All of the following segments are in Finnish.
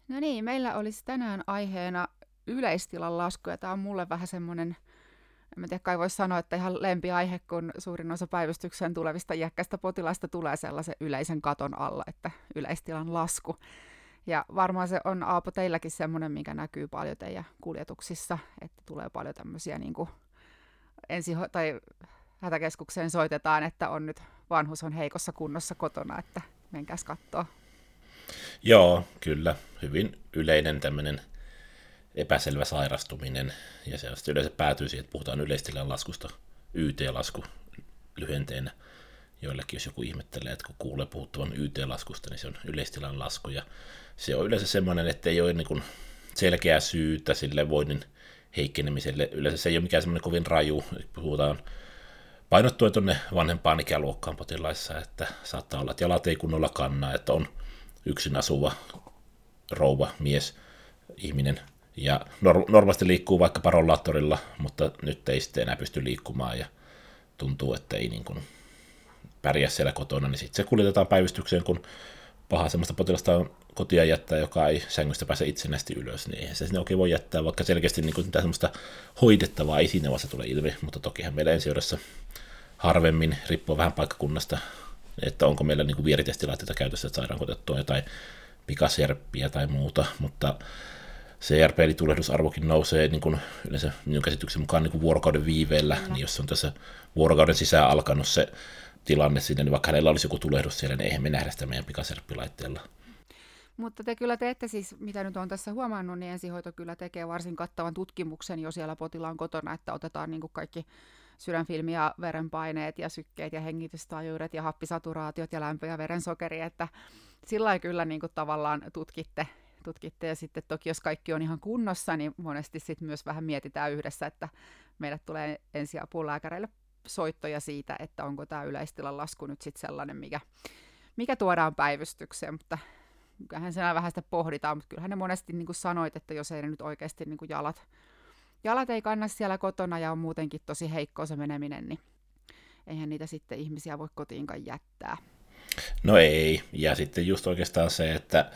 No niin, meillä olisi tänään aiheena yleistilan lasku, ja tämä on mulle vähän semmoinen, en tiedä, kai voisi sanoa, että ihan lempiaihe, kun suurin osa päivystykseen tulevista iäkkäistä potilaista tulee sellaisen yleisen katon alla, että yleistilan lasku. Ja varmaan se on, Aapo, teilläkin semmoinen, mikä näkyy paljon teidän kuljetuksissa, että tulee paljon tämmöisiä niin kuin tai hätäkeskukseen soitetaan, että on nyt vanhus on heikossa kunnossa kotona, että menkääs kattoo. Joo, kyllä. Hyvin yleinen tämmöinen epäselvä sairastuminen, ja se yleensä päätyy siihen, että puhutaan yleistilan laskusta, YT-lasku lyhenteenä. Joillekin, jos joku ihmettelee, että kun kuulee puhuttavan YT-laskusta, niin se on yleistilan lasku, ja se on yleensä semmoinen, että ei ole niin kuin selkeää syytä sille voinnin heikkenemiselle. Yleensä se ei ole mikään semmoinen kovin raju, puhutaan painottuen tuonne vanhempaan ikäluokkaan potilaissa, että saattaa olla, että jalat ei kunnolla kannaa, että on yksin asuva rouva, mies, ihminen, ja normaalisti liikkuu vaikka rollaattorilla, mutta nyt ei sitten enää pysty liikkumaan, ja tuntuu, että ei niin kuin pärjää siellä kotona, niin sitten se kuljetetaan päivystykseen, kun paha semmoista potilasta on kotia jättää, joka ei sängystä pääse itsenäisesti ylös, niin eihän se sinne oikein voi jättää, vaikka selkeästi niin mitään semmoista hoidettavaa ei siinä vaiheessa tule ilmi, mutta tokihan meillä ensihoidossa harvemmin, riippuu vähän paikkakunnasta, että onko meillä niin vieritestilaitteita käytössä, että saadaan kotettua jotain pikaserppiä tai muuta, mutta CRP eli tulehdusarvokin nousee niin kuin yleensä minun käsityksen mukaan niin kuin vuorokauden viiveellä, niin jos on tässä vuorokauden sisään alkanut se tilanne sinne, niin vaikka hänellä olisi joku tulehdus siellä, niin eihän me nähdä sitä meidän pikaserppilaitteella. Mutta te kyllä teette siis, mitä nyt on tässä huomannut, niin ensihoito kyllä tekee varsin kattavan tutkimuksen jo siellä potilaan kotona, että otetaan niin kuin kaikki sydänfilmi ja verenpaineet ja sykkeet ja hengitystajuudet ja happisaturaatiot ja lämpö ja verensokeri, että sillä lailla kyllä niin kuin tavallaan tutkitte ja sitten toki jos kaikki on ihan kunnossa, niin monesti sitten myös vähän mietitään yhdessä, että meille tulee ensiapulääkäreille soittoja siitä, että onko tämä yleistilan lasku nyt sitten sellainen, mikä tuodaan päivystykseen, mutta kyllähän siinä vähän sitä pohditaan, mutta kyllähän ne monesti niin kuin sanoit, että jos ei ne nyt oikeasti niin kuin jalat ei kanna siellä kotona ja on muutenkin tosi heikkoa se meneminen, niin eihän niitä sitten ihmisiä voi kotiinkaan jättää. No ei, ja sitten just oikeastaan se, että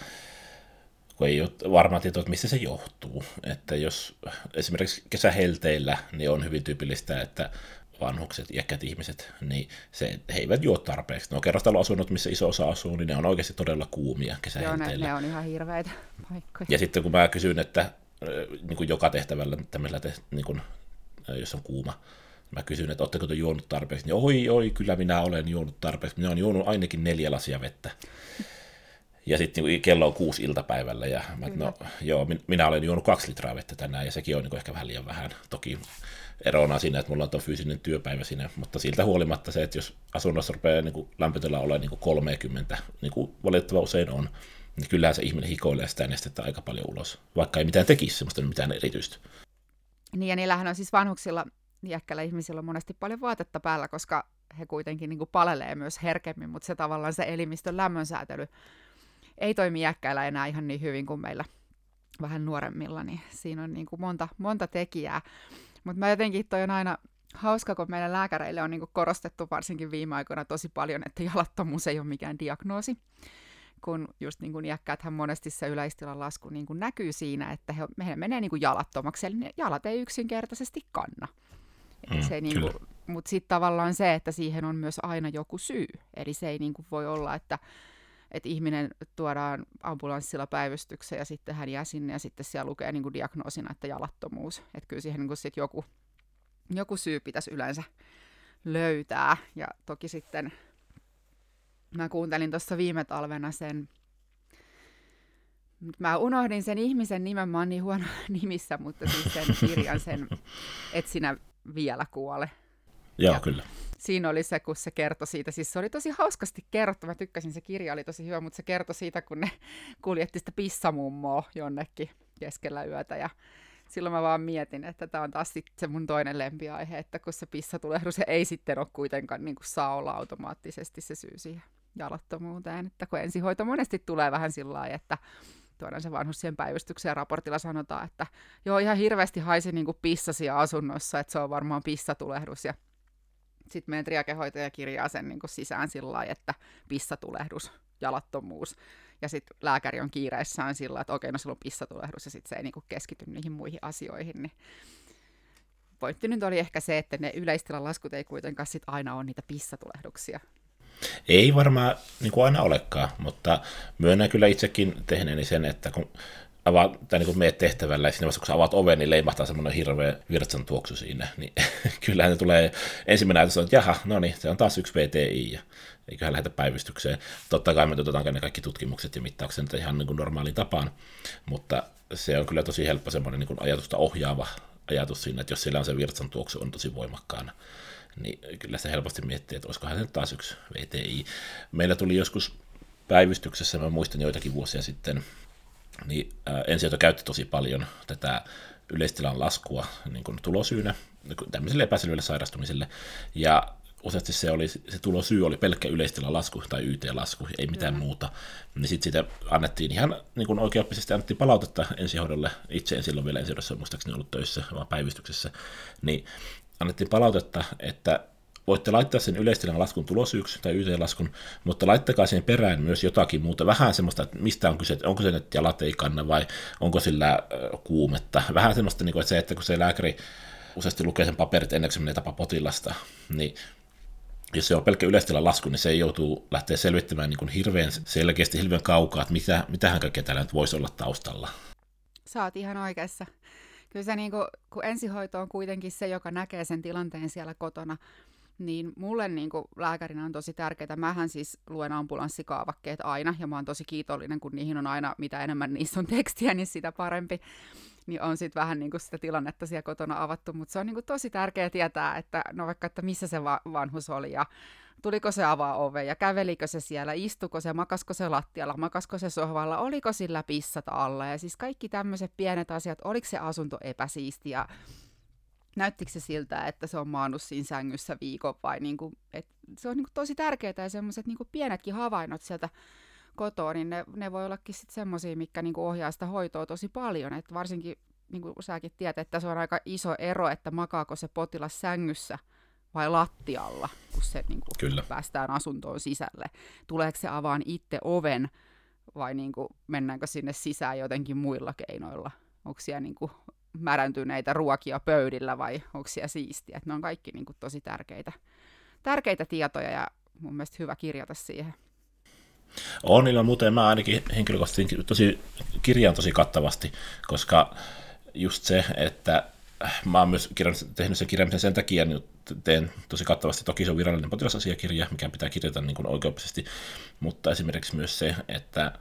kun ei ole varmaa tietoa, että mistä se johtuu. Että jos esimerkiksi kesähelteillä, niin on hyvin tyypillistä, että vanhukset, iäkkäät ihmiset, niin he eivät juo tarpeeksi. Ne on kerrostaloasunnot, missä iso osa asuu, niin ne on oikeasti todella kuumia kesähelteillä. Joo, ne on ihan hirveitä paikkoja. Ja sitten kun mä kysyn, että niin kuin joka tehtävällä, niin kuin, jos on kuuma, mä kysyn, että ootteko te juonut tarpeeksi, niin oi, kyllä minä olen juonut tarpeeksi. Minä olen juonut ainakin 4 lasia vettä. Ja sitten niin kello on 6 iltapäivällä, ja minä olen juonut 2 litraa vettä tänään, ja sekin on niin ehkä vähän liian vähän. Toki erona siinä, että mulla on tuo fyysinen työpäivä siinä, mutta siltä huolimatta se, että jos asunnossa rupeaa niin lämpötila olemaan niin 30, niin kuin valitettavan usein on, niin kyllähän se ihminen hikoilee sitä nestettä aika paljon ulos, vaikka ei mitään tekisi semmoista mitään erityistä. Niin, ja niillähän on siis vanhuksilla, iäkkäillä ihmisillä on monesti paljon vaatetta päällä, koska he kuitenkin niin kuin palelee myös herkemmin, mutta se tavallaan se elimistön lämmönsäätely ei toimi iäkkäillä enää ihan niin hyvin kuin meillä vähän nuoremmilla, niin siinä on niin kuin monta tekijää. Mutta mä jotenkin toi on aina hauska, kun meidän lääkäreille on niin kuin korostettu varsinkin viime aikoina tosi paljon, että jalattomuus ei ole mikään diagnoosi, kun just niin kuin iäkkääthän monesti se yleistilan lasku niin kuin näkyy siinä, että he menee niin kuin jalattomaksi, eli ne jalat ei yksinkertaisesti kanna. Mutta sitten tavallaan se, että siihen on myös aina joku syy, eli se ei niin kuin voi olla, että ihminen tuodaan ambulanssilla päivystykseen ja sitten hän jää sinne ja sitten siellä lukee niin kuin diagnoosina, että jalattomuus. Että kyllä siihen niin kuin sit joku syy pitäisi yleensä löytää. Ja toki sitten mä kuuntelin tuossa viime talvena mä unohdin sen ihmisen nimen, mä oon niin huono nimissä, mutta siis sen kirjan, Et sinä vielä kuole. Joo, kyllä. Siinä oli se, kun se kertoi siitä, siis se oli tosi hauskasti kerrottu, mä tykkäsin, se kirja oli tosi hyvä, mutta se kertoi siitä, kun ne kuljetti sitä pissamummoa jonnekin keskellä yötä, ja silloin mä vaan mietin, että tämä on taas sitten se mun toinen lempiaihe, että kun se pissatulehdus ei sitten ole kuitenkaan niin kuin saa olla automaattisesti se syy siihen jalattomuuteen, että kun ensihoito monesti tulee vähän sillä lailla, että tuodaan se vanhus siihen päivystykseen ja raportilla sanotaan, että joo, ihan hirveästi haisi niin kuin pissasi asunnossa, että se on varmaan pissatulehdus, ja sitten meidän triakehoitaja kirjaa sen niin kuin sisään sillä lailla, että pissatulehdus, jalattomuus. ja sitten lääkäri on kiireissään sillä, että okei, no sulla on pissatulehdus, ja sitten se ei niinku keskity niihin muihin asioihin, niin pointti nyt oli ehkä se, että ne yleistilan laskut ei kuitenkaan sit aina ole niitä pissatulehduksia. Ei varmaan niin kuin aina olekaan, mutta myönnän kyllä itsekin tehneeni sen, että kun niin kun meet tehtävällä ja siinä vaiheessa, kun sä avaat oven, niin leimahtaa semmoinen hirveä virtsan tuoksu siinä, niin kyllähän ne tulee ensimmäinen ajatus on, että jaha, no niin, se on taas yksi VTI, ja eiköhän lähdetä päivystykseen. Totta kai me otetaan ne kaikki tutkimukset ja mittaukset ihan niin kuin normaaliin tapaan, mutta se on kyllä tosi helppo semmoinen niin kuin ajatusta ohjaava ajatus siinä, että jos siellä on se virtsan tuoksu on tosi voimakkaana, niin kyllä se helposti miettii, että olisikohan se taas yksi VTI. Meillä tuli joskus päivystyksessä, mä muistan joitakin vuosia sitten, niin ensihoito käytti tosi paljon tätä yleistilan laskua niin kuin tulosyynä tämmöiselle epäselville sairastumiselle, ja useasti se tulosyy oli pelkkä yleistilan lasku tai YT-lasku, ei mitään muuta. Niin sitten siitä annettiin ihan niin kuin oikeaoppisesti annettiin palautetta ensihoidolle, itse en silloin vielä ensihoidossa muistaakseni ollut töissä, vaan päivystyksessä, niin annettiin palautetta, että voitte laittaa sen yleistilan laskun tulosyyksi tai YT-laskun, mutta laittakaa siihen perään myös jotakin muuta, vähän semmoista, että mistä on kyse, että onko se, että jalat ei kanna vai onko sillä kuumetta. Vähän semmoista, että kun se lääkäri useasti lukee sen paperit ennen kuin se menee tapa potilasta, niin jos se on pelkkä yleistilan lasku, niin se joutuu lähteä selvittämään niin kuin hirveän selkeästi, hirveän kaukaa, että mitähän kaikkea täällä nyt voisi olla taustalla. Sä oot ihan oikeassa. Kyllä se, niin kun ensihoito on kuitenkin se, joka näkee sen tilanteen siellä kotona, niin mulle niin kuin lääkärinä on tosi tärkeää. Mähän siis luen ambulanssikaavakkeet aina, ja mä oon tosi kiitollinen, kun niihin on aina, mitä enemmän niissä on tekstiä, niin sitä parempi. Niin on sitten vähän niin kuin sitä tilannetta siellä kotona avattu, mutta se on niin kuin tosi tärkeää tietää, että no vaikka, että missä se vanhus oli, ja tuliko se avaa oven, ja kävelikö se siellä, istuko se, makasko se lattialla, makasko se sohvalla, oliko sillä pissat alla, ja siis kaikki tämmöiset pienet asiat, oliko se asunto epäsiisti, ja näyttikö se siltä, että se on maannut siinä sängyssä viikon, vai niin kuin, että se on niin kuin tosi tärkeää, ja semmoiset niin kuin pienetkin havainnot sieltä kotoa, niin ne voi ollakin sitten semmoisia, mitkä niin kuin ohjaa sitä hoitoa tosi paljon, että varsinkin, niin kuin säkin tiedät, että se on aika iso ero, että makaako se potilas sängyssä vai lattialla, kun se niin kuin päästään asuntoon sisälle. Tuleeko se avaan itse oven vai niin kuin mennäänkö sinne sisään jotenkin muilla keinoilla? Onko siellä niin kuin märäntyneitä ruokia pöydillä vai onko siellä siistiä? Että ne on kaikki niin kuin tosi tärkeitä tietoja ja mun mielestä hyvä kirjata siihen. On ilman muuten, mä ainakin henkilökohtaisesti kirjaan tosi kattavasti, koska just se, että mä oon myös tehnyt sen kirjaamisen sen takia, niin teen tosi kattavasti, toki se on virallinen potilasasiakirja, mikä pitää kirjata niin kuin oikeuksisesti, mutta esimerkiksi myös se, että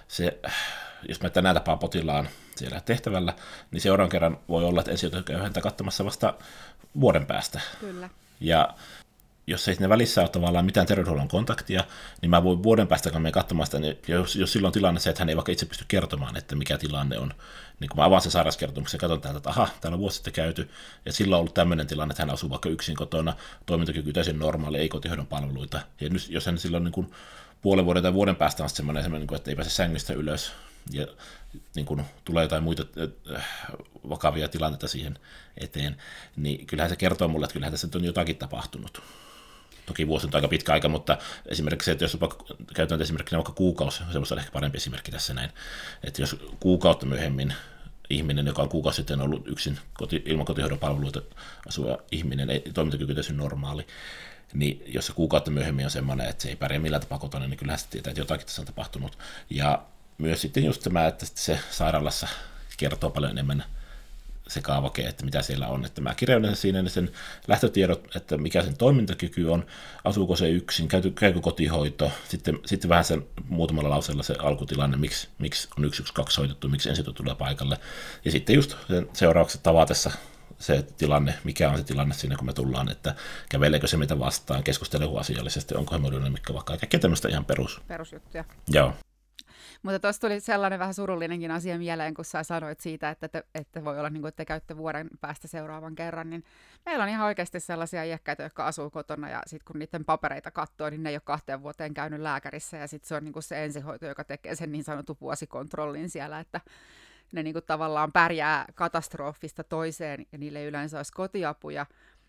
jos mä tänään tapaan potilaan siellä tehtävällä, niin seuraavan kerran voi olla, että ensihoitaja käy häntä katsomassa vasta vuoden päästä. Kyllä. Ja jos ei siinä välissä ole tavallaan mitään terveydenhuollon kontaktia, niin mä voin vuoden päästä, kun menen katsomaan sitä, niin jos silloin on tilanne se, että hän ei vaikka itse pysty kertomaan, että mikä tilanne on, niin kun mä avaan sen sairauskertomuksen ja katson täältä, että aha, täällä on vuosi sitten käyty, ja silloin on ollut tämmöinen tilanne, että hän asuu vaikka yksin kotona, toimintakyky täysin normaali, ei kotihoidon palveluita, ja nyt, jos hän silloin niin kuin puolen vuoden tai vuoden päästä on semmoinen, että ei pääse sängystä ylös, ja niin kun tulee jotain muita vakavia tilanteita siihen eteen, niin kyllähän se kertoo mulle, että kyllähän tässä on jotakin tapahtunut. Toki vuosi on aika pitkä aika, mutta esimerkiksi se, että jos käytetään esimerkkinä vaikka kuukausi, se voisi olla ehkä parempi esimerkki tässä näin, että jos kuukautta myöhemmin ihminen, joka on kuukausi sitten ollut yksin ilman kotihoidon palveluita asuva ihminen, ei toimintakyky täysin normaali, niin jos se kuukautta myöhemmin on semmoinen, että se ei pärjää millään tapaa kotona, niin kyllähän se tietää, että jotakin tässä on tapahtunut. Ja myös sitten just tämä, että se sairaalassa kertoo paljon enemmän se kaavake, että mitä siellä on. Että mä kirjoitan siinä sen lähtötiedot, että mikä sen toimintakyky on, asuuko se yksin, käykö kotihoito, sitten vähän sen muutamalla lauseella se alkutilanne, miksi on 112 soitettu, miksi ensihoito tulee paikalle. Ja sitten just sen seuraavaksi tavatessa se tilanne, mikä on se tilanne siinä, kun me tullaan, että käveleekö se mitä vastaan, keskusteleeko asiallisesti, onko hemodynamiikka vaikka, kaikkea tämmöistä ihan perusjuttuja. Joo. Mutta tuossa tuli sellainen vähän surullinenkin asia mieleen, kun sä sanoit siitä, että voi olla, niin kuin, että te käytte vuoden päästä seuraavan kerran, niin meillä on ihan oikeasti sellaisia iäkkäitä, jotka asuu kotona, ja sitten kun niiden papereita katsoo, niin ne ei ole 2 vuoteen käynyt lääkärissä, ja sitten se on niin kuin se ensihoito, joka tekee sen niin sanotun vuosikontrollin siellä, että ne niin kuin tavallaan pärjää katastrofista toiseen, ja niille ei yleensä olisi kotiapuja,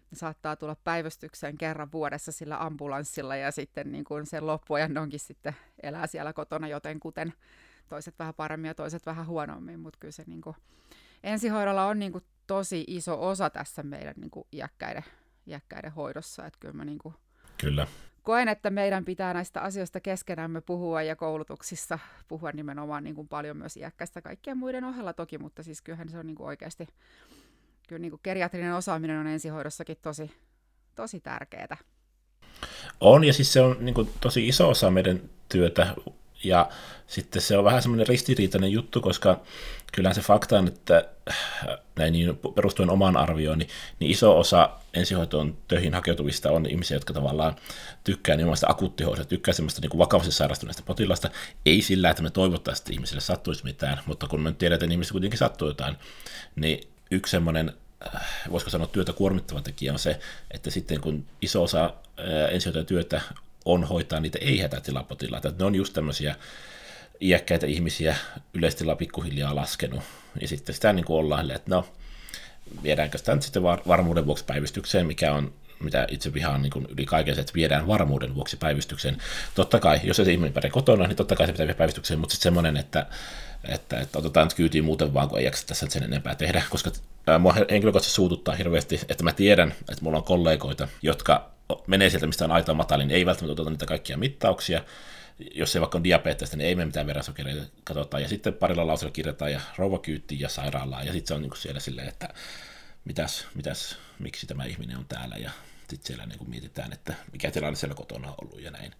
Ne saattaa tulla päivystykseen kerran vuodessa sillä ambulanssilla ja sitten niin kuin sen loppuajan onkin sitten elää siellä kotona jotenkuten. Toiset vähän paremmin ja toiset vähän huonommin, mutta kyllä se niin kuin ensihoidolla on niin kuin tosi iso osa tässä meidän niin kuin iäkkäiden hoidossa. Että kyllä mä niin kuin Kyllä. koen, että meidän pitää näistä asioista keskenämme puhua ja koulutuksissa puhua nimenomaan niin kuin paljon myös iäkkäistä kaikkien muiden ohella toki, mutta siis kyllähän se on niin kuin oikeasti, kyllä niin kuin geriatrinen osaaminen on ensihoidossakin tosi tärkeää. On, ja siis se on niin kuin, tosi iso osa meidän työtä, ja sitten se on vähän semmoinen ristiriitainen juttu, koska kyllähän se fakta on, että näin niin perustuen omaan arvioon, niin iso osa ensihoitoon töihin hakeutuvista on ihmisiä, jotka tavallaan tykkää nimenomaan akuuttihoidosta, tykkää semmoista niin kuin vakavasti sairastuneista potilasta, ei sillä, että me toivottaisiin, että ihmisille sattuisi mitään, mutta kun me tiedetään, että ihmisille kuitenkin sattuu jotain, niin yksi semmoinen, voisiko sanoa työtä kuormittava tekijä on se, että sitten kun iso osa ensihoitojen työtä on hoitaa niitä ei-hätätilapotilaita, että ne on just tämmöisiä iäkkäitä ihmisiä, yleistila pikkuhiljaa laskenut, ja sitten sitä niin kuin ollaan, että no, viedäänkö sitä nyt sitten varmuuden vuoksi päivystykseen, mikä on, mitä itse vihaan niin kuin yli kaiken se, että viedään varmuuden vuoksi päivystykseen. Totta kai, jos se ihminen pärjää kotona, niin totta kai se pitää viedä päivystykseen, mutta sitten semmoinen, että otetaan nyt kyytiin muuten vaan, kun ei jaksa tässä sen enempää tehdä, koska mua henkilökohtaisesti suututtaa hirveästi, että mä tiedän, että mulla on kollegoita, jotka menee sieltä, mistä on aita matalin, niin ei välttämättä oteta niitä kaikkia mittauksia. Jos se vaikka on diabeettista, niin ei mene mitään verensokereita katsotaan, ja sitten parilla lauseella kirjataan ja rouva kyyttiin ja sairaalaan, ja sitten se on niin kuin siellä silleen, että miksi tämä ihminen on täällä, ja sitten siellä niin kuin mietitään, että mikä tilanne siellä kotona on ollut ja näin.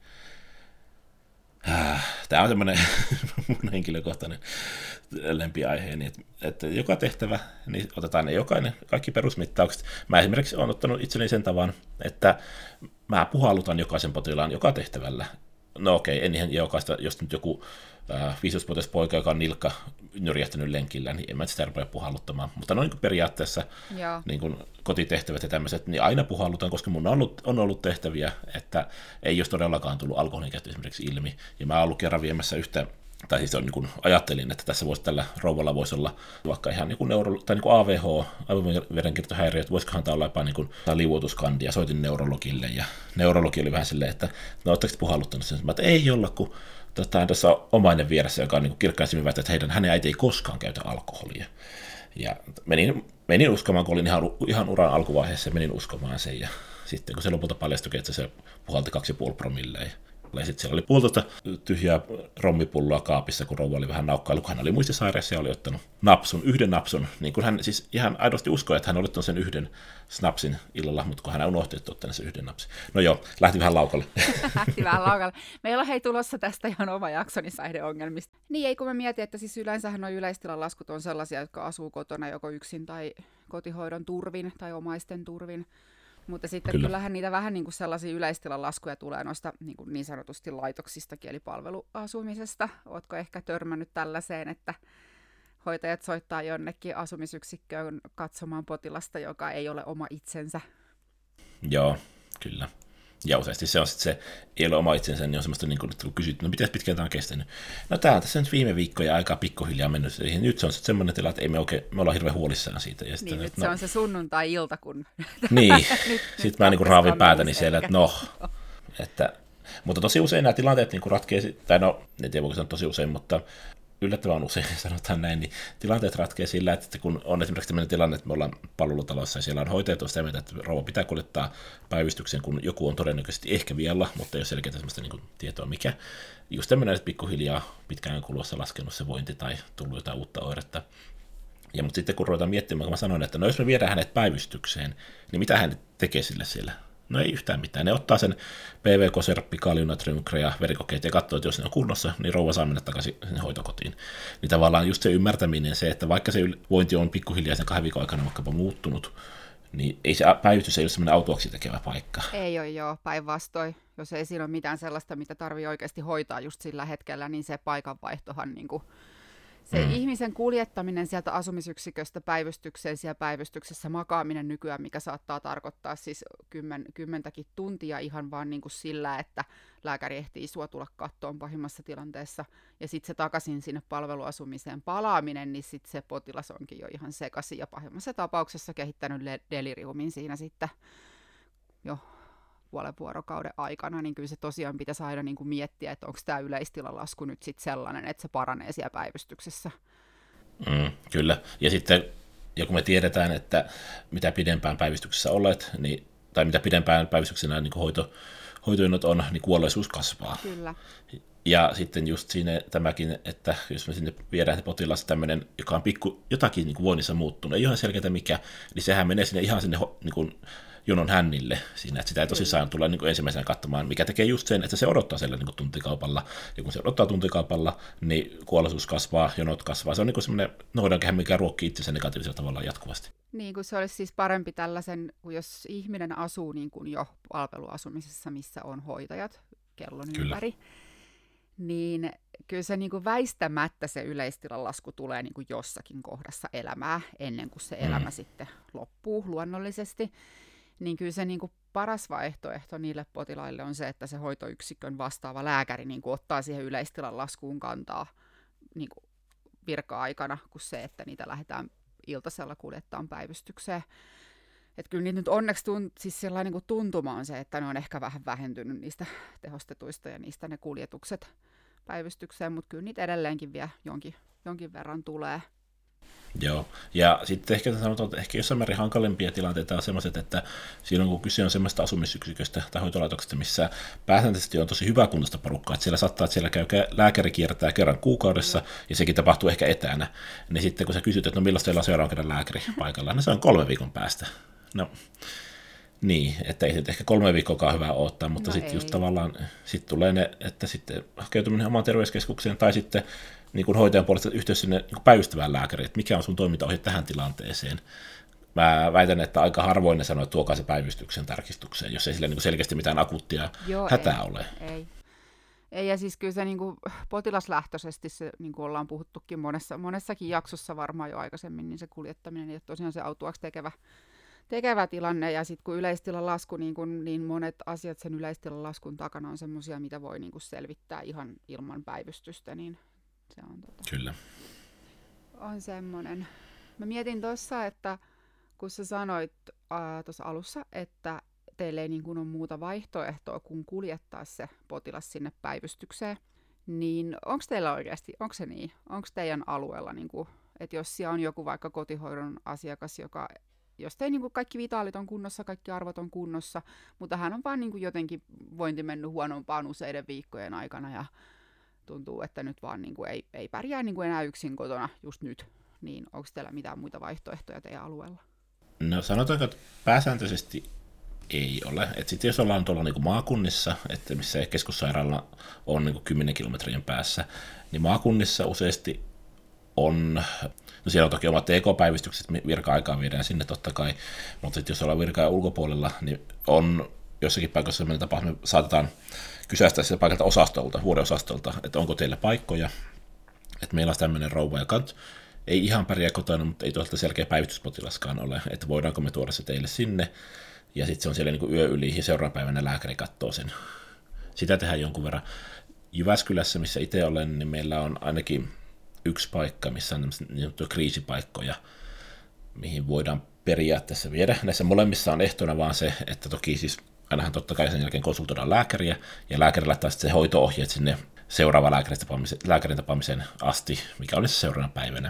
Tämä on semmoinen mun henkilökohtainen lempiaiheeni, että joka tehtävä, niin otetaan ne kaikki perusmittaukset. Mä esimerkiksi olen ottanut itselleni sen tavan, että mä puhallutan jokaisen potilaan joka tehtävällä. No okei, en ihan jokaista, jos nyt joku 15-vuotias poika, joka on nilkka nyrjähtänyt lenkillä, niin en mä sitä rupea puhalluttamaan. Mutta noin niin periaatteessa niin kuin kotitehtävät ja tämmöiset, niin aina puhallutan, koska mun on ollut tehtäviä, että ei jos todellakaan tullut alkoholinkäyttö esimerkiksi ilmi. Ja mä oon ollut kerran viemässä yhtä, tai siis on, niin kuin ajattelin, että tässä voisi tällä rouvalla voisi olla vaikka ihan niin kuin tai niin kuin AVH, aivoverenkiertohäiriö, että voisikohan tämä olla jopa niin kuin liuotuskandi, ja soitin neurologille, ja neurologi oli vähän silleen, että no ootteko puhalluttanut sen? Mä että ei olla, kun tässä on omainen vieressä, joka on niin kirkkain silmin väittää, että hänen äiti ei koskaan käytä alkoholia. Ja menin uskomaan, kun olin ihan uran alkuvaiheessa, menin uskomaan sen, ja sitten kun se lopulta paljastui, että se puhalti 2,5 promilleen. Ja sitten siellä oli 1,5 tyhjää rommipulloa kaapissa, kun rouva oli vähän naukkailu, kun hän oli muistisairaassa ja oli ottanut yhden napsun, niin kuin hän siis ihan aidosti uskoi, että hän oli ottanut sen yhden snapsin illalla, mutta kun hän unohti, että ottanut sen yhden napsin. No joo, lähti vähän laukalle. Meillä on tulossa tästä ihan oma jaksoni päihdeongelmista. Niin ei kun mä mietin, että siis yleensähän nuo yleistilan laskut on sellaisia, jotka asuu kotona joko yksin tai kotihoidon turvin tai omaisten turvin. Mutta sitten kyllähän niitä vähän niin kuin sellaisia yleistilan laskuja tulee noista niin sanotusti laitoksista, eli palveluasumisesta. Ootko ehkä törmännyt tällaiseen, että hoitajat soittaa jonnekin asumisyksikköön katsomaan potilasta, joka ei ole oma itsensä? Joo, kyllä. Ja useasti se on sitten se, ei ole oma itsensä, niin on semmoista, niin kun kysyt, no miten pitkään tämä on kestänyt? No tämä on tässä nyt viime viikkoja aika pikkuhiljaa mennyt siihen. Nyt se on sitten semmoinen tila, että me ollaan hirveän huolissaan siitä. Ja sitten, niin, nyt se on se sunnuntai-ilta, kun... Niin, sitten mä niin raavin päätäni siellä, että mutta tosi usein nämä tilanteet niin ratkeaa, tai no, en tiedä voiko sanoa tosi usein, mutta yllättävän usein sanotaan näin, niin tilanteet ratkeaa sillä, että kun on esimerkiksi tämmöinen tilanne, että me ollaan palvelutalossa ja siellä on hoitajat on sitä mieltä, että rouva pitää kuljettaa päivystykseen, kun joku on todennäköisesti ehkä vialla, mutta ei ole selkeää sellaista niin kuin tietoa mikä. Just tämmöinen, että pikkuhiljaa pitkään kuluessa laskenut se vointi tai tullut jotain uutta oiretta. Ja mutta sitten kun ruvetaan miettimään, kun mä sanoin, että no jos me viedään hänet päivystykseen, niin mitä hän tekee sille siellä? No ei yhtään mitään. Ne ottaa sen PVK-serppi, kaliumnatriumkrea, verikokeet ja katsoo, että jos ne on kunnossa, niin rouva saa mennä takaisin sinne hoitokotiin. Niin tavallaan just se ymmärtäminen, se, että vaikka se vointi on pikkuhiljaa sen 2 viikon aikana vaikkapa muuttunut, niin ei se päivystys ei ole semmoinen autuaksi tekevä paikka. Ei ole joo, päinvastoin. Jos ei siinä ole mitään sellaista, mitä tarvii oikeasti hoitaa just sillä hetkellä, niin se paikanvaihtohan niin kuin Se ihmisen kuljettaminen sieltä asumisyksiköstä päivystykseen, siellä päivystyksessä makaaminen nykyään, mikä saattaa tarkoittaa siis kymmentäkin tuntia ihan vaan niin kuin sillä, että lääkäri ehtii sua tulla kattoon pahimmassa tilanteessa, ja sitten se takaisin sinne palveluasumiseen palaaminen, niin sitten se potilas onkin jo ihan sekaisin, ja pahimmassa tapauksessa kehittänyt deliriumin siinä sitten jo puolen vuorokauden aikana, niin kyllä se tosiaan pitäisi aina niin kuin miettiä, että onko tämä yleistilalasku nyt sitten sellainen, että se paranee siellä päivystyksessä. Kyllä, ja sitten, ja kun me tiedetään, että mitä pidempään päivystyksessä olet, niin, tai mitä pidempään päivystyksenä niin hoitojonot on, niin kuolleisuus kasvaa. Kyllä. Ja sitten just siinä tämäkin, että jos me sinne viedään potilas tämmöinen, joka on jotakin niin kuin voinnissa muuttunut, ei ole ihan selkeää mikä, niin sehän menee sinne ihan sinne niin kuin jonon hännille siinä, että sitä ei tosissaan tulla niin kuin ensimmäisenä katsomaan, mikä tekee just sen, että se odottaa siellä niin kuin tuntikaupalla, ja kun se odottaa tuntikaupalla, niin kuolleisuus kasvaa, jonot kasvaa. Se on niin kuin semmoinen noidankehä, mikä ruokkii itsensä negatiivisella tavalla jatkuvasti. Niin kuin se olisi siis parempi tällaisen, kun jos ihminen asuu niin kuin jo palveluasumisessa, missä on hoitajat kellon ympäri, niin kyllä se niin kuin väistämättä se yleistilan lasku tulee niin kuin jossakin kohdassa elämää, ennen kuin se elämä sitten loppuu luonnollisesti. Niin kyllä se niin kuin paras vaihtoehto niille potilaille on se, että se hoitoyksikön vastaava lääkäri niin kuin ottaa siihen yleistilan laskuun kantaa niin kuin virka-aikana, kuin se, että niitä lähdetään iltasella kuljettamaan päivystykseen. Että kyllä niitä nyt onneksi siis sellainen niin kuin tuntuma on se, että ne on ehkä vähän vähentynyt niistä tehostetuista ja niistä ne kuljetukset päivystykseen, mutta kyllä niitä edelleenkin vielä jonkin verran tulee. Joo, ja sitten ehkä sanotaan, että ehkä jossain määrin hankalimpia tilanteita on sellaiset, että silloin kun kyse on semmoista asumisyksiköstä tai hoitolaitoksesta, missä pääsääntöisesti on tosi hyväkuntoista porukkaa, että siellä saattaa, että siellä käy lääkäri kiertää kerran kuukaudessa, ja sekin tapahtuu ehkä etänä, niin sitten kun sä kysyt, että no milloin teillä on seuraavan kerran lääkäri paikalla, niin se on 3 viikon päästä. No, niin, että ei nyt ehkä 3 viikkoakaan hyvä odottaa, mutta sitten just tavallaan sit tulee ne, että sitten hakeutuminen omaan terveyskeskukseen tai sitten niin kuin hoitajan puolesta yhteys sinne niin päivystävään lääkäriin, että mikä on sun toimintaohje tähän tilanteeseen. Mä väitän, että aika harvoin ne sanoo, että tuokaa se päivystyksen tarkistukseen, jos ei sille niin selkeästi mitään akuuttia hätää ole. Ei, ja siis kyllä se niin kuin potilaslähtöisesti, se, niin kuin ollaan puhuttukin monessakin jaksossa varmaan jo aikaisemmin, niin se kuljettaminen ei ole tosiaan se autuaksi tekevä tilanne, ja sitten kun yleistilan lasku, niin monet asiat sen yleistilan laskun takana on semmoisia, mitä voi niin kuin selvittää ihan ilman päivystystä, niin se on Kyllä. On semmoinen. Mä mietin tuossa, että kun sä sanoit tuossa alussa, että teille ei niin kuin ole muuta vaihtoehtoa kuin kuljettaa se potilas sinne päivystykseen, niin onko teillä oikeasti, onko se niin? Onko teidän alueella, niin kuin, että jos siellä on joku vaikka kotihoidon asiakas, jos ei niin kuin kaikki vitaalit on kunnossa, kaikki arvot on kunnossa, mutta hän on vaan niin kuin jotenkin vointi mennyt huonompaan useiden viikkojen aikana ja tuntuu, että nyt vaan niin kuin ei pärjää niin kuin enää yksin kotona just nyt, niin onko teillä mitään muita vaihtoehtoja teidän alueella? No sanotaanko, että pääsääntöisesti ei ole. Että sitten jos ollaan tuolla niinku maakunnissa, että missä keskussairaala on niinku 10 kilometrien päässä, niin maakunnissa useasti on, no siellä on toki omat TK-päivystykset, virka-aikaan viedään sinne totta kai, mutta sitten jos ollaan virka-ajan ulkopuolella, niin on jossakin paikassa sellainen tapa, että me saatetaan kysäistä sieltä paikalta osastolta, vuodeosastolta, että onko teillä paikkoja, että meillä on tämmöinen rouva, joka ei ihan pärjää kotona, mutta ei toisaalta selkeä päivystyspotilaskaan ole, että voidaanko me tuoda se teille sinne, ja sitten se on siellä niin kuin yö yli, ja seuraavan päivänä lääkäri katsoo sen. Sitä tehdään jonkun verran. Jyväskylässä, missä itse olen, niin meillä on ainakin yksi paikka, missä on niin sanottuja kriisipaikkoja, mihin voidaan periaatteessa viedä. Näissä molemmissa on ehtona vaan se, että toki siis ainahan totta kai sen jälkeen konsultoidaan lääkäriä, ja lääkäri laittaa sitten se hoito-ohjeet sinne seuraava lääkärin tapaamiseen asti, mikä olisi seuraavana päivänä.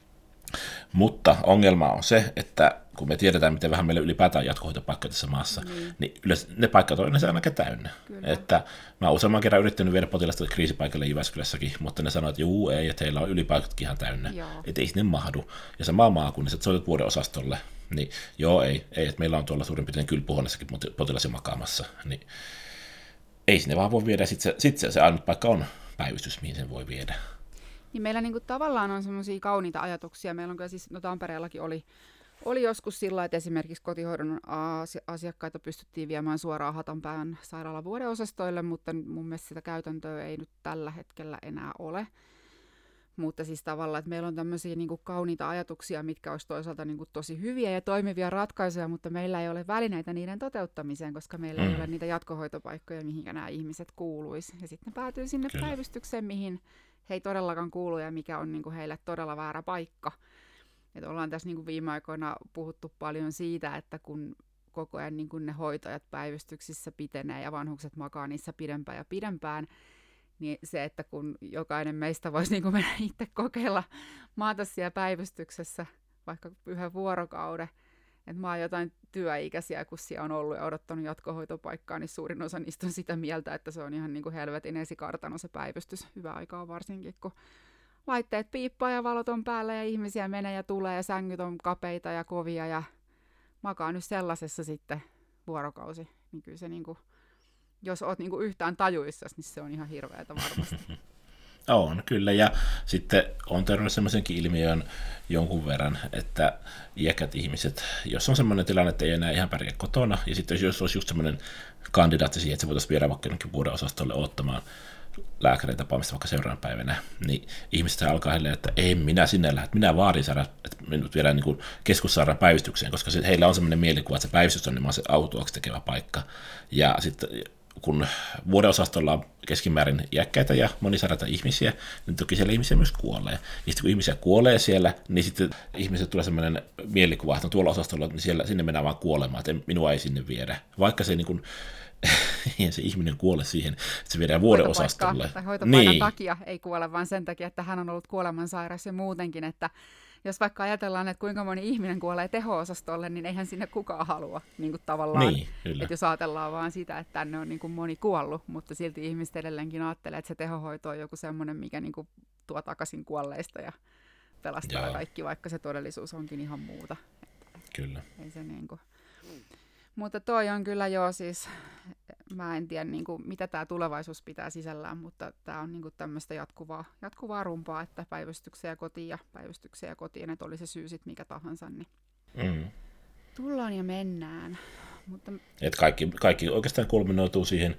Mutta ongelma on se, että kun me tiedetään, miten vähän meillä ylipäätään jatkohoitopaikkoja tässä maassa, niin yleensä ne paikat on yleensä aina täynnä. Kyllä. Että mä oon useamman kerran yrittänyt viedä potilasta kriisipaikalle Jyväskylässäkin, mutta ne sanoo, että juu ei, että heillä on ylipaikatkin ihan täynnä, että ei sinne mahdu. Ja sama maakunnissa, että soitat vuodeosastolle, niin joo ei, että meillä on tuolla suurin piirtein kylpyhuoneessakin potilasi makaamassa, niin ei sinne vaan voi viedä, sitten se ainut paikka on päivystys, mihin sen voi viedä. Niin meillä niinku tavallaan on semmoisia kauniita ajatuksia. Meillä on kyllä siis, Tampereellakin oli joskus sillä, että esimerkiksi kotihoidon asiakkaita pystyttiin viemään suoraan Hatanpään sairaalan vuodeosastoille, mutta mun mielestä sitä käytäntöä ei nyt tällä hetkellä enää ole. Mutta siis tavallaan, että meillä on tämmöisiä niin kuin kauniita ajatuksia, mitkä olisi toisaalta niin kuin tosi hyviä ja toimivia ratkaisuja, mutta meillä ei ole välineitä niiden toteuttamiseen, koska meillä ei ole niitä jatkohoitopaikkoja, mihinkä nämä ihmiset kuuluisi. Ja sitten ne päätyy sinne päivystykseen, mihin he ei todellakaan kuulu ja mikä on niin kuin heille todella väärä paikka. Et ollaan tässä niin kuin viime aikoina puhuttu paljon siitä, että kun koko ajan niin kuin ne hoitajat päivystyksissä pitenee ja vanhukset makaa niissä pidempään ja pidempään, niin se, että kun jokainen meistä voisi niin kuin mennä itse kokeilla maata siellä päivystyksessä vaikka yhden vuorokauden, että mä oon jotain työikäisiä, kun siellä on ollut ja odottanut jatkohoitopaikkaa, niin suurin osa niistä on sitä mieltä, että se on ihan niin kuin helvetin esikartano se päivystys. Hyvä aikaa varsinkin, kun laitteet piippaa ja valot on päällä ja ihmisiä menee ja tulee ja sängyt on kapeita ja kovia ja makaa nyt sellaisessa sitten vuorokausi. Niin kyllä se niinku, jos oot niinku yhtään tajuissasi, niin se on ihan hirveätä varmasti. On, kyllä. Ja sitten on törmännyt semmoisenkin ilmiön jonkun verran, että iäkät ihmiset, jos on semmoinen tilanne, että ei enää ihan pärjää kotona, ja sitten jos olisi just semmoinen kandidaatti siihen, että se voitaisiin viedä vaikka jonnekin vuodeosastolle ottamaan lääkärin tapaamista vaikka seuraavan päivänä, niin ihmiset alkaa heille, että ei minä sinne lähde, minä vaadin saada, että minut viedään niin keskussairaan päivystykseen, koska heillä on semmoinen mielikuva, että se päivystys on nimenomaan se autuaksi tekevä paikka. Ja sitten kun vuodeosastolla on keskimäärin iäkkäitä ja monisairaita ihmisiä, niin toki siellä ihmisiä myös kuolee. Ja sitten kun ihmisiä kuolee siellä, niin sitten ihmiset tulee semmoinen mielikuva, että tuolla osastolla, niin sinne mennään vaan kuolemaan, että minua ei sinne viedä. Vaikka se niin kuin, se ihminen kuole siihen, että se viedään vuodeosastolle. Tai hoitopaikan takia ei kuole, vaan sen takia, että hän on ollut kuolemansairas ja muutenkin, että jos vaikka ajatellaan, että kuinka moni ihminen kuolee teho-osastolle, niin eihän sinne kukaan halua niin kuin tavallaan. Niin, että jos ajatellaan vaan sitä, että tänne on niin kuin moni kuollut, mutta silti ihmiset edelleenkin ajattelee, että se tehohoito on joku semmoinen, mikä niin kuin tuo takaisin kuolleista ja pelastaa kaikki, vaikka se todellisuus onkin ihan muuta. Kyllä. Ei se niin kuin. Mutta toi on kyllä siis, mä en tiedä niin kuin, mitä tämä tulevaisuus pitää sisällään, mutta tämä on niin kuin tämmöistä jatkuvaa rumpaa, että päivystyksiä ja kotiin, että oli se syy sitten mikä tahansa, niin tullaan ja mennään. Mutta et kaikki oikeastaan kulminoituu siihen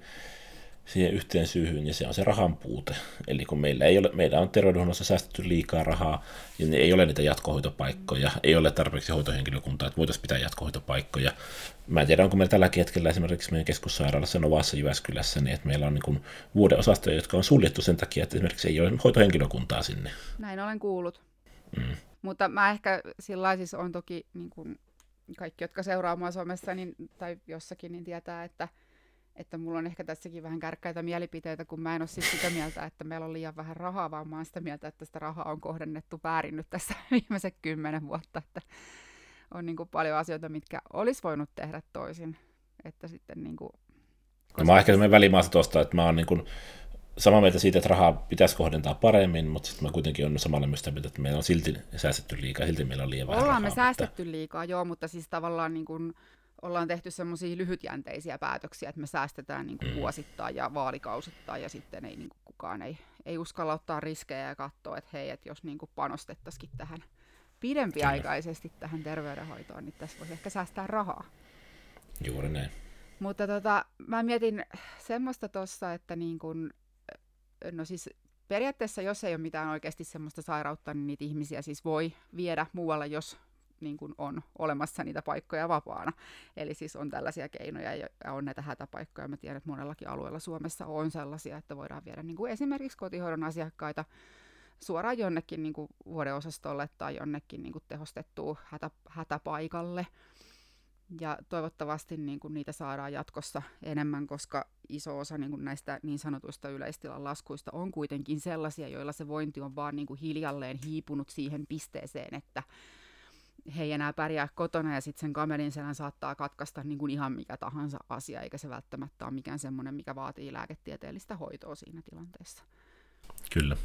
yhteen syyhyn, ja se on se rahan puute. Eli kun meillä on terveydenhuollossa säästetty liikaa rahaa, ja ei ole niitä jatkohoitopaikkoja, ei ole tarpeeksi hoitohenkilökuntaa, että voitaisiin pitää jatkohoitopaikkoja. Mä en tiedä, onko meillä tälläkin hetkellä esimerkiksi meidän keskussairaalassa Novassa Jyväskylässä, niin että meillä on niin vuodeosastoja, jotka on suljettu sen takia, että esimerkiksi ei ole hoitohenkilökuntaa sinne. Näin olen kuullut. Mutta mä ehkä sillä siis on toki niin kuin kaikki, jotka seuraa mua somessa niin, tai jossakin, niin tietää, että mulla on ehkä tässäkin vähän kärkkäitä mielipiteitä, kun mä en ole siis sitä mieltä, että meillä on liian vähän rahaa, vaan mä oon sitä mieltä, että sitä rahaa on kohdennettu väärin nyt tässä viimeiset 10 vuotta, että on niin kuin paljon asioita, mitkä olisi voinut tehdä toisin. Että sitten niin kuin, mä oon ehkä tämmöinen välimaassa tuosta, että mä oon niin kuin samaa mieltä siitä, että rahaa pitäisi kohdentaa paremmin, mutta sitten mä kuitenkin olen samalla myös sitä mieltä, että meillä on silti säästetty liikaa, silti meillä on liian vähän rahaa. Ollaan me säästetty liikaa, joo, mutta siis tavallaan niin kuin ollaan tehty semmoisia lyhytjänteisiä päätöksiä, että me säästetään niin kuin vuosittain ja vaalikausittain, ja sitten ei, niin kuin kukaan ei uskalla ottaa riskejä ja katsoa, että hei, että jos niin kuin panostettaisiin tähän pidempiaikaisesti tähän terveydenhoitoon, niin tässä voisi ehkä säästää rahaa. Juuri näin. Mutta mä mietin semmoista tuossa, että niin kuin, no siis periaatteessa, jos ei ole mitään oikeasti semmoista sairautta, niin niitä ihmisiä siis voi viedä muualle, jos niin kuin on olemassa niitä paikkoja vapaana. Eli siis on tällaisia keinoja ja on näitä hätäpaikkoja. Mä tiedän, että monellakin alueella Suomessa on sellaisia, että voidaan viedä niin kuin esimerkiksi kotihoidon asiakkaita suoraan jonnekin niin kuin vuodeosastolle tai jonnekin niin kuin tehostettuun hätäpaikalle. Ja toivottavasti niin kuin niitä saadaan jatkossa enemmän, koska iso osa niin kuin näistä niin sanotuista yleistilan laskuista on kuitenkin sellaisia, joilla se vointi on vaan niin kuin hiljalleen hiipunut siihen pisteeseen, että he ei enää pärjää kotona ja sitten sen kamelin selän saattaa katkaista niin kuin ihan mikä tahansa asia, eikä se välttämättä ole mikään semmoinen, mikä vaatii lääketieteellistä hoitoa siinä tilanteessa. Kyllä.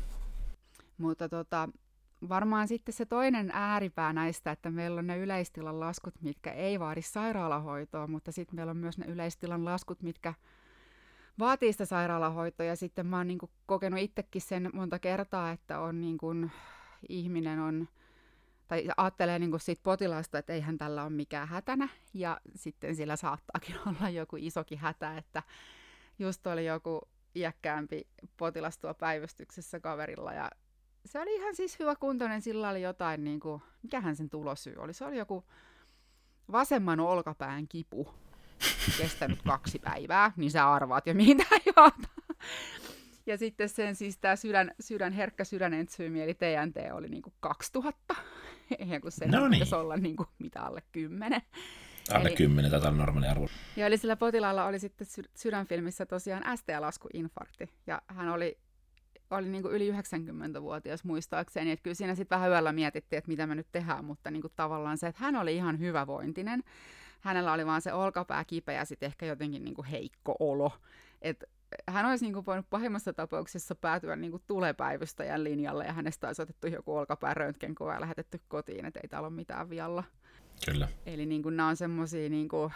Mutta varmaan sitten se toinen ääripää näistä, että meillä on ne yleistilan laskut, mitkä ei vaadi sairaalahoitoa, mutta sitten meillä on myös ne yleistilan laskut, mitkä vaatii sitä sairaalahoitoa. Ja sitten mä oon niin kuin kokenut itsekin sen monta kertaa, että on niin kuin ihminen on, tai ajattelee niin kuin siitä potilaasta, että eihän tällä ole mikään hätänä, ja sitten sillä saattaakin olla joku isokin hätä, että just oli joku iäkkäämpi potilas tuo päivystyksessä kaverilla, ja se oli ihan siis hyvä kuntoinen, sillä oli jotain, niin kuin, mikähän sen tulosyy oli. Se oli joku vasemman olkapään kipu, kestänyt 2 päivää, niin sä arvaat jo mihin tämä johtaa. Ja sitten sen siis tämä herkkä sydänentsyymi, eli TNT, oli niin kuin 2000. Eihän kun sehän No niin. pitäisi olla niin kuin, mitä alle 10. Alle 10 tätä on normaali arvo. Ja eli sillä potilaalla oli sitten sydänfilmissä tosiaan ST-laskuinfarkti. Ja hän oli niin kuin yli 90-vuotias muistaakseni. Että kyllä siinä sitten vähän yöllä mietittiin, että mitä me nyt tehdään. Mutta niin kuin tavallaan se, että hän oli ihan hyvävointinen. Hänellä oli vaan se olkapää kipeä ja sitten ehkä jotenkin niin kuin heikko olo. Että hän olisi niin kuin voinut pahimmassa tapauksessa päätyä niin kuin tulepäivystäjän linjalle ja hänestä olisi otettu joku olkapään röntgenkuva ja lähetetty kotiin, että ei täällä ole mitään vialla. Kyllä. Eli niin kuin, nämä on semmoisia niin kuin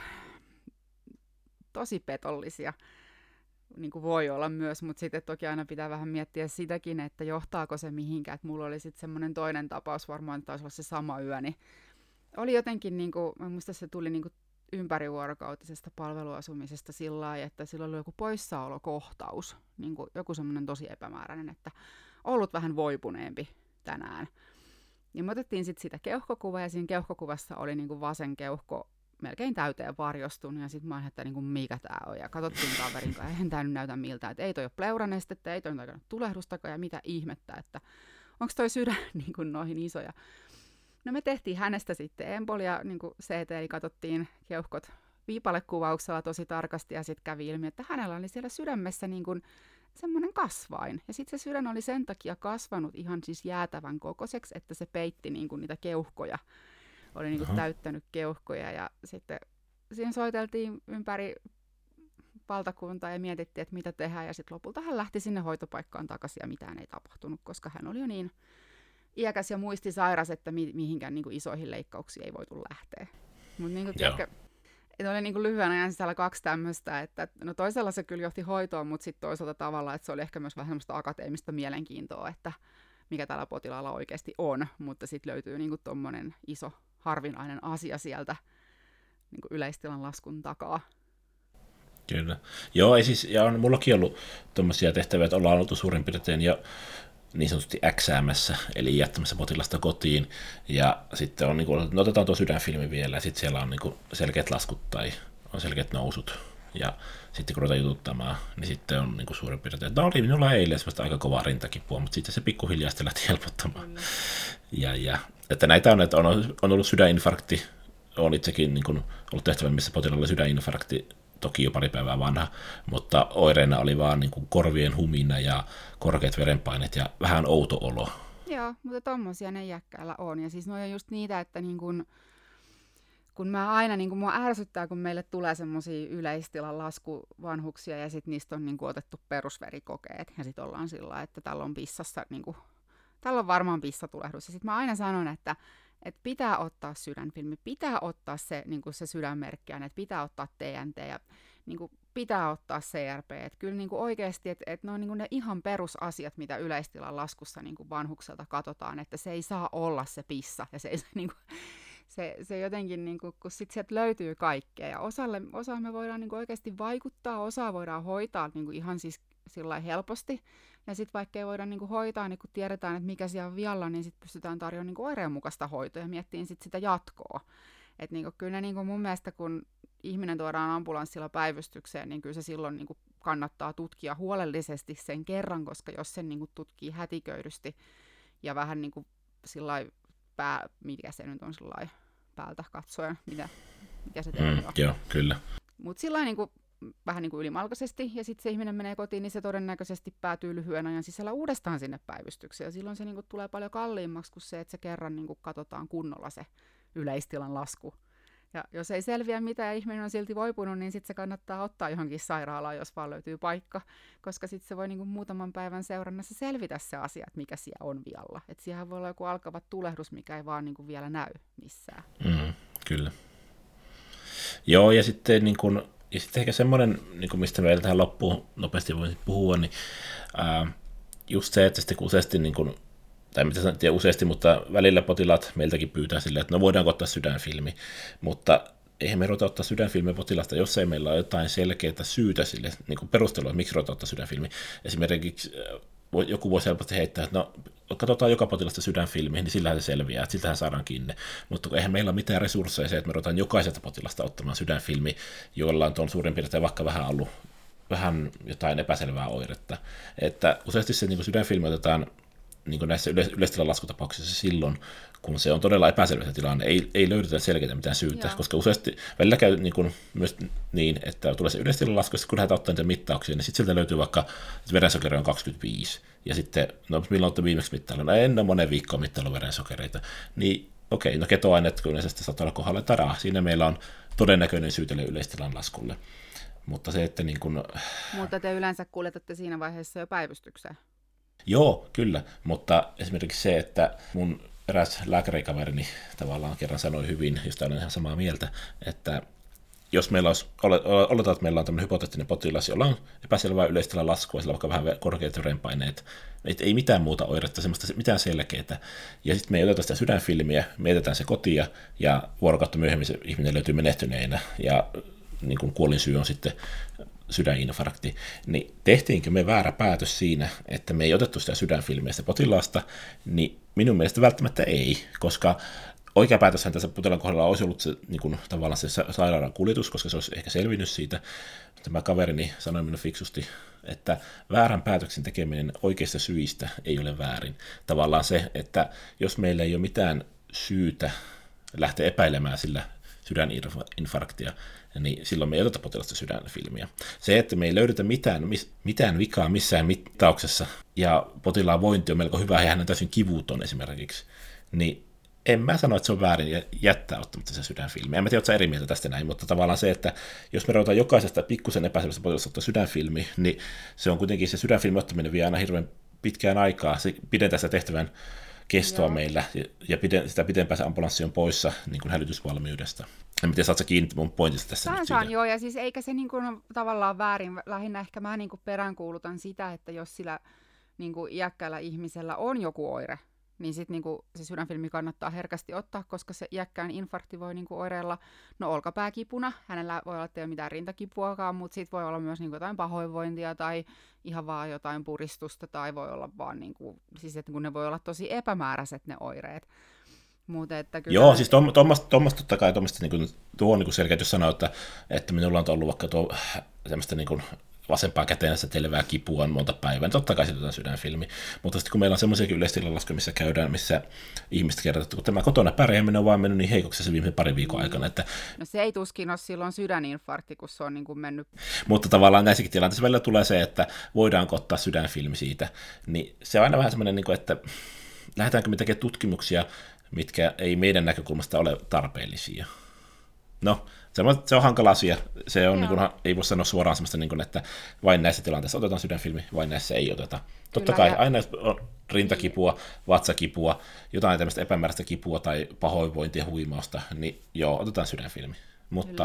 tosi petollisia, niin kuin voi olla myös, mutta sitten toki aina pitää vähän miettiä sitäkin, että johtaako se mihinkään. Että mulla oli sitten semmoinen toinen tapaus, varmaan taisi olla se sama yö, niin oli jotenkin, niin kuin, mä muistan, se tuli niin kuin ympärivuorokautisesta palveluasumisesta sillä lailla, että sillä oli joku poissaolokohtaus, niin kuin joku semmoinen tosi epämääräinen, että ollut vähän voipuneempi tänään. Ja me otettiin sitten sitä keuhkokuvaa, ja siinä keuhkokuvassa oli niin kuin vasen keuhko melkein täyteen varjostunut, ja sitten mä ajattelin, että niin kuin mikä tää on, ja katsottiin kaverin kanssa, eihän tää nyt näytä miltä, että ei toi ole pleuranestettä, ei toi ole tulehdustakaan, ja mitä ihmettä, että onko toi sydän niin kuin noihin isoja. No me tehtiin hänestä sitten embolia, niin kuin CT, eli katsottiin keuhkot viipalekuvauksella tosi tarkasti, ja sitten kävi ilmi, että hänellä oli siellä sydämessä niin kuin semmoinen kasvain. Ja sitten se sydän oli sen takia kasvanut ihan siis jäätävän kokoiseksi, että se peitti niin kuin niitä keuhkoja, oli niin kuin täyttänyt keuhkoja, ja sitten siinä soiteltiin ympäri valtakuntaa ja mietittiin, että mitä tehdään, ja sitten lopulta hän lähti sinne hoitopaikkaan takaisin, ja mitään ei tapahtunut, koska hän oli jo niin iäkäs ja muistisairas, että mihinkään niin kuin isoihin leikkauksiin ei voitu lähteä. Mutta niin oli niin kuin lyhyen ajan sisällä 2 tämmöistä, että no toisella se kyllä johti hoitoon, mutta sitten toisaalta tavalla, että se oli ehkä myös vähän semmoista akateemista mielenkiintoa, että mikä tällä potilaalla oikeasti on, mutta sitten löytyy niin kuin tommonen iso harvinainen asia sieltä niin kuin yleistilan laskun takaa. Kyllä. Joo, ja on mullakin ollut tommosia tehtäviä, että ollaan oltu suurin piirtein jo niin sanotusti äksäämässä, eli jättämässä potilasta kotiin, ja sitten on, niin kuin, no otetaan tuo sydänfilmi vielä, ja sitten siellä on niin kuin selkeät laskut tai on selkeät nousut, ja sitten kun ruvetaan jututtamaan, niin sitten on niin kuin suurin piirtein, että no oli minulla eilen semmoista aika kovaa rintakipua, mutta sitten se pikkuhiljaa sitten lähti helpottamaan. Ja, että näitä on, että on ollut sydäninfarkti, on itsekin niin kuin ollut tehtävä, missä potilaalla sydäninfarkti, toki jo pari päivää vanha, mutta oireena oli vaan niin kuin korvien humina ja korkeat verenpaineet ja vähän outo olo. Joo, mutta tommosia ne iäkkäillä on. Ja siis ne on just niitä, että niin kun mä aina, niin kun mua ärsyttää, kun meille tulee semmosia yleistilan laskuvanhuksia ja sit niistä on niin kuin otettu perusverikokeet. Ja sit ollaan sillä, että tällä on pissassa, niin kuin, tällä on varmaan pissatulehdus. Ja sit mä aina sanon, että pitää ottaa sydänfilmi, pitää ottaa se, niin kuin se sydänmerkki, että pitää ottaa TNT ja niin kuin pitää ottaa CRP. Että kyllä niin kuin oikeasti, että ne on niin kuin ne ihan perusasiat, mitä yleistilan laskussa niin kuin vanhukselta katsotaan, että se ei saa olla se pissa. Ja se, ei, niin kuin, se jotenkin, niin kuin, kun sit sieltä löytyy kaikkea. Ja osaan me voidaan niin kuin oikeasti vaikuttaa, osaa voidaan hoitaa niin kuin ihan siis sillä helposti. Ja sitten vaikka ei voida niinku hoitaa, niin kun tiedetään, että mikä siellä on vialla, niin sitten pystytään tarjoamaan niinku oireenmukaista hoitoa ja miettimään sit sitä jatkoa. Et niinku, kyllä niinku mun mielestä, kun ihminen tuodaan ambulanssilla päivystykseen, niin kyllä se silloin niinku kannattaa tutkia huolellisesti sen kerran, koska jos sen niinku tutkii hätiköidysti ja vähän niinku sillai mikä se nyt on sillai päältä katsoen, mikä se tehdään. Joo, kyllä. Mutta sillai niinku vähän niin kuin ylimalkaisesti, ja sitten se ihminen menee kotiin, niin se todennäköisesti päätyy lyhyen ajan sisällä uudestaan sinne päivystykseen. Ja silloin se niin kuin tulee paljon kalliimmaksi kuin se, että se kerran niin kuin katsotaan kunnolla se yleistilan lasku. Ja jos ei selviä mitään ja ihminen on silti voipunut, niin sitten se kannattaa ottaa johonkin sairaalaan, jos vaan löytyy paikka, koska sitten se voi niin kuin muutaman päivän seurannassa selvitä se asia, että mikä siellä on vialla. Että siihen voi olla joku alkava tulehdus, mikä ei vaan niin kuin vielä näy missään. Kyllä. Joo, ja sitten niin kuin ja sitten ehkä semmoinen, niin mistä meillä tähän loppuun nopeasti voisin puhua, niin just se, että sitten useasti, niin kuin, tai mitä sanotaan, tiedä useasti, mutta välillä potilaat meiltäkin pyytää silleen, että no voidaanko ottaa sydänfilmi, mutta eihän me ruveta ottaa sydänfilmiä potilasta, jos ei meillä ole jotain selkeää syytä sille, niin kuin perustelua, miksi ruveta ottaa sydänfilmi. Esimerkiksi joku voisi helposti heittää, että no, katsotaan joka potilasta sydänfilmiä, niin sillähän se selviää, että siltähän saadaan kiinni. Mutta eihän meillä ole mitään resursseja se, että me ruvetaan jokaisesta potilasta ottamaan sydänfilmi, jolla on tuon suurin piirtein vaikka vähän jotain epäselvää oiretta. Että useasti se niin sydänfilmi otetaan niin näissä yleistilan laskutapauksissa silloin, kun se on todella epäselvä se tilanne, ei löydetä selkeää mitään syytä, koska useasti välillä käy myös niin, että tulee se yleistilan lasku, kun lähdetään ottaa niitä mittauksia, niin sitten sieltä löytyy vaikka, että verensokeri on 25, ja sitten, no milloin olette viimeksi mittailla? No en ole monen viikkoon mittaillut verensokereita. Niin okei, no ketoaineet kyllä se saattaa olla kohdalla, tadaa, siinä meillä on todennäköinen syy tälle yleistilan laskulle. Mutta se, että niin kun... Mutta te yleensä kuljetatte siinä vaiheessa jo päivystykseen. Joo, kyllä, mutta esimerkiksi se, että mun eräs lääkärikaverini tavallaan kerran sanoi hyvin, josta olen ihan samaa mieltä, että jos meillä olisi, oletaan, että meillä on tämmöinen hypoteettinen potilas, jolla on epäselvää yleistilan laskua, sillä on vaikka vähän korkeat verenpaineet, ei mitään muuta oiretta, semmoista mitään selkeää, ja sitten me ei oteta sitä sydänfilmiä, me jätetään se kotia, ja vuorokautta myöhemmin se ihminen löytyy menehtyneenä, ja niin kuin kuolinsyy on sitten sydäninfarkti, niin tehtiinkö me väärä päätös siinä, että me ei otettu sitä sydänfilmiä sitä potilaasta, niin minun mielestä välttämättä ei, koska oikea päätöshän tässä potilaan kohdalla olisi ollut se, niin kuin, tavallaan se sairaalan kuljetus, koska se olisi ehkä selvinnyt siitä. Tämä kaverini sanoi minulle fiksusti, että väärän päätöksen tekeminen oikeista syistä ei ole väärin. Tavallaan se, että jos meillä ei ole mitään syytä lähteä epäilemään sillä sydäninfarktia, niin silloin me ei oteta potilasta sydänfilmiä. Se, että me ei löydetä mitään vikaa missään mittauksessa, ja potilaan vointi on melko hyvä, ja hän on täysin kivuton esimerkiksi, niin en mä sano, että se on väärin jättää ottamatta se sydänfilmi. En mä tiedä, oletko sä eri mieltä tästä näin, mutta tavallaan se, että jos me ruvetaan jokaisesta pikkusen epäselvästä potilasta ottaa sydänfilmi, niin se on kuitenkin se sydänfilmi ottaminen vie aina hirveän pitkään aikaa. Se pidentää sitä tehtävän kestoa meillä, ja sitä pitempään se ambulanssi on poissa niin kuin hälytysvalmiudesta. En tiedä, saat sä kiinni mun pointista tässä nyt saan, joo, ja siis eikä se niin kuin tavallaan väärin, lähinnä ehkä mä niin kuin peräänkuulutan sitä, että jos sillä niin kuin iäkkäällä ihmisellä on joku oire, niin sitten niinku se sydänfilmi kannattaa herkästi ottaa, koska se iäkkään infarkti voi niinku oireilla, no olkapääkipuna, hänellä voi olla, että ei ole mitään rintakipuakaan, mutta sitten voi olla myös niinku jotain pahoinvointia tai ihan vaan jotain puristusta, tai voi olla vaan, niinku, siis että kun ne voi olla tosi epämääräiset ne oireet. Mutta että kyllä... Joo, siis tuommoista totta kai, niin tuo on niin selkeä, jos sanoo, että minulla on ollut vaikka tuo semmoista niin vasempaan käteen televää kipua monta päivää, niin totta kai sitten sydänfilmi. Mutta sitten kun meillä on semmoisiakin yleistilanlaskuja, missä käydään, missä ihmiset kertovat, että kun tämä kotona pärjääminen on vaan mennyt niin heikoksi se viimeisen parin viikon aikana. Että... No se ei tuskin ole silloin sydäninfarkti, kun se on niin kuin mennyt... Mutta tavallaan näissäkin tilanteissa välillä tulee se, että voidaanko ottaa sydänfilmi siitä. Niin se on aina vähän semmoinen, niin kuin, että lähdetäänkö me tekemään tutkimuksia, mitkä ei meidän näkökulmasta ole tarpeellisia. No, se on hankala asia. Se on, niin kuin, ei voi sanoa suoraan sellaista, niin kuin, että vain näissä tilanteissa otetaan sydänfilmi, vain näissä ei oteta. Totta kai aina jos on rintakipua, vatsakipua, jotain tämmöistä epämääräistä kipua tai pahoinvointia, huimausta, niin joo, otetaan sydänfilmi. Mutta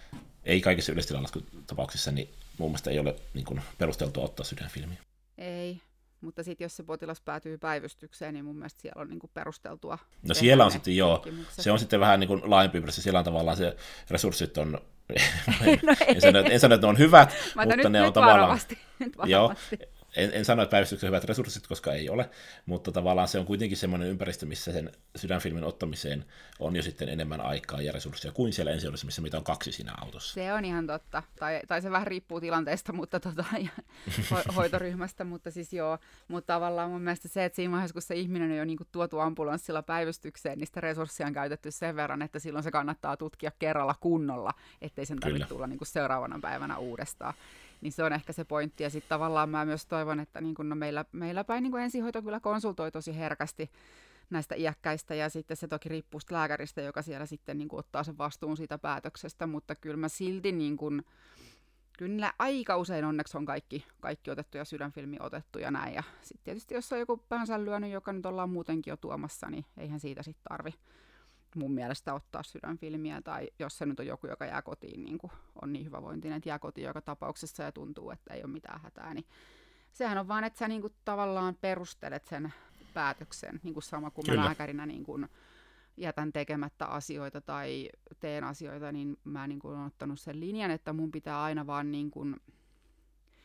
ei kaikissa yleistilanlaskutapauksissa, niin mun mielestä ei ole niin kuin, perusteltua ottaa sydänfilmiä. Ei. Mutta sitten jos se potilas päätyy päivystykseen, niin mun mielestä siellä on niinku perusteltua. No siellä on sitten joo, se on sitten vähän niin kuin laajempi, siellä on tavallaan se resurssit on, en sano, että ne on hyvät, mutta ne on tavallaan, joo, en sano, että päivystyksen on hyvät resurssit, koska ei ole, mutta tavallaan se on kuitenkin semmoinen ympäristö, missä sen sydänfilmin ottamiseen on jo sitten enemmän aikaa ja resursseja kuin siellä ensihoidossa, missä mitä on 2 siinä autossa. Se on ihan totta, tai se vähän riippuu tilanteesta, mutta ja hoitoryhmästä, mutta siis joo, mutta tavallaan mun mielestä se, että siinä vaiheessa, kun se ihminen on jo niinku tuotu ambulanssilla päivystykseen, niin sitä resurssia on käytetty sen verran, että silloin se kannattaa tutkia kerralla kunnolla, ettei sen tarvitse tulla niinku seuraavana päivänä uudestaan. Niin se on ehkä se pointti. Ja sitten tavallaan mä myös toivon, että niin kun, no meillä päin niin kun ensihoito kyllä konsultoi tosi herkästi näistä iäkkäistä, ja sitten se toki riippuu lääkäristä, joka siellä sitten niin kun ottaa sen vastuun siitä päätöksestä, mutta kyllä mä silti niin kun, kyllä aika usein onneksi on kaikki otettu ja sydänfilmi otettu ja näin. Ja sitten tietysti jos on joku päänsä lyönyt, joka nyt ollaan muutenkin jo tuomassa, niin eihän siitä sitten tarvi mun mielestä ottaa sydänfilmiä, tai jos se nyt on joku, joka jää kotiin, niin kuin on niin hyvävointinen, että jää kotiin joka tapauksessa ja tuntuu, että ei ole mitään hätää, niin sehän on vaan, että sä niin kuin tavallaan perustelet sen päätöksen, niin kuin sama kuin mä lääkärinä niin kuin jätän tekemättä asioita tai teen asioita, niin mä niin kuin olen ottanut sen linjan, että mun pitää aina vaan niin kuin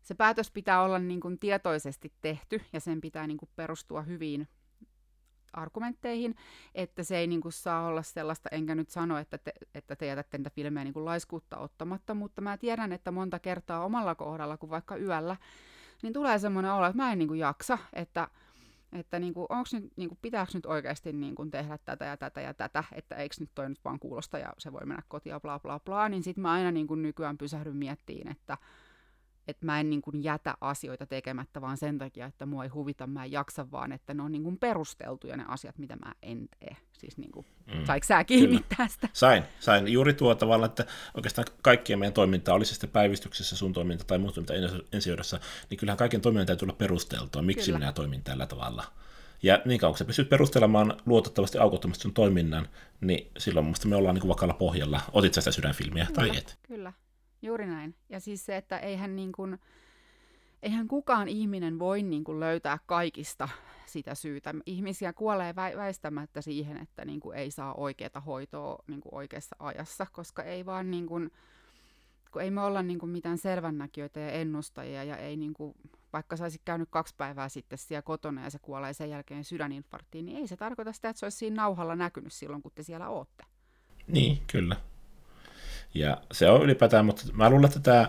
se päätös pitää olla niin kuin tietoisesti tehty ja sen pitää niin kuin perustua hyviin argumentteihin, että se ei niin kuin saa olla sellaista, enkä nyt sano, että te jätätte niitä filmejä niin kuin laiskuutta ottamatta, mutta mä tiedän, että monta kertaa omalla kohdalla, kun vaikka yöllä, niin tulee semmoinen olo, että mä en niin kuin jaksa, että niin kuin, onks nyt, niin kuin, pitääkö nyt oikeasti niin kuin tehdä tätä ja tätä ja tätä, että eikö nyt toi nyt vaan kuulosta ja se voi mennä kotiin ja bla bla bla, niin sit mä aina niin kuin nykyään pysähdyn miettiin, että mä en niin kuin jätä asioita tekemättä vaan sen takia, että mua ei huvita, mä en jaksa, vaan että ne on niin kuin perusteltuja ne asiat, mitä mä en tee. Siis niin kuin, saiko sä kiinni tästä? Sain juuri tuo tavalla, että oikeastaan kaikkien meidän toimintaa, olisi sitten päivystyksessä sun toiminta tai muut toiminta ensihoidossa, niin kyllähän kaiken toiminnan täytyy olla perusteltua, miksi minä toimin tällä tavalla. Ja niin kauan kun sä pystyt perustelemaan luotettavasti aukottomasti sun toiminnan, niin silloin musta me ollaan niin kuin vakalla pohjalla. Otit sä sitä sydänfilmiä tai et? Kyllä. Juuri näin. Ja siis se, että eihän kukaan ihminen voi niin kuin löytää kaikista sitä syytä. Ihmisiä kuolee väistämättä siihen, että niin kuin ei saa oikeaa hoitoa niin kuin oikeassa ajassa, koska ei vaan niin kuin, kun ei me olla niin kuin mitään selvännäkijöitä ja ennustajia ja ei niin kuin, vaikka sä olisit käynyt 2 päivää sitten siellä kotona ja se kuolee sen jälkeen sydäninfarktiin, niin ei se tarkoita sitä, että se olisi siinä nauhalla näkynyt silloin, kun te siellä ootte. Niin, kyllä. Ja se on ylipäätään, mutta mä luulen, että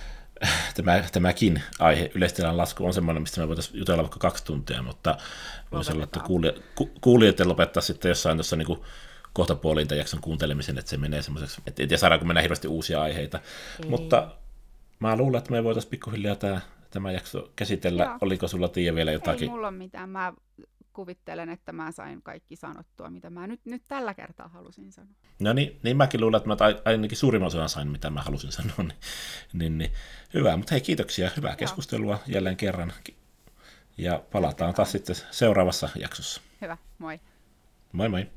tämäkin aihe, yleistilan lasku, on semmoinen, mistä me voitaisiin jutella vaikka 2 tuntia, mutta voisi olla, että kuulijat lopettaa sitten jossain tuossa niin kohta puoliin tämän jakson kuuntelemisen, että se menee semmoiseksi, että en tiedä saadaanko mennä hirveästi uusia aiheita. Ei. Mutta mä luulen, että me voitaisiin pikkuhiljaa tämä jakso käsitellä. Joo. Oliko sulla Tiia vielä jotakin? Ei mulla ole mitään. Mä kuvittelen, että mä sain kaikki sanottua, mitä mä nyt tällä kertaa halusin sanoa. No niin mäkin luulen, että mä ainakin suurimman osan sain, mitä mä halusin sanoa. Niin. Hyvä, mutta hei, kiitoksia. Hyvää keskustelua jälleen kerran. Ja palataan taas sitten seuraavassa jaksossa. Hyvä, moi. Moi moi.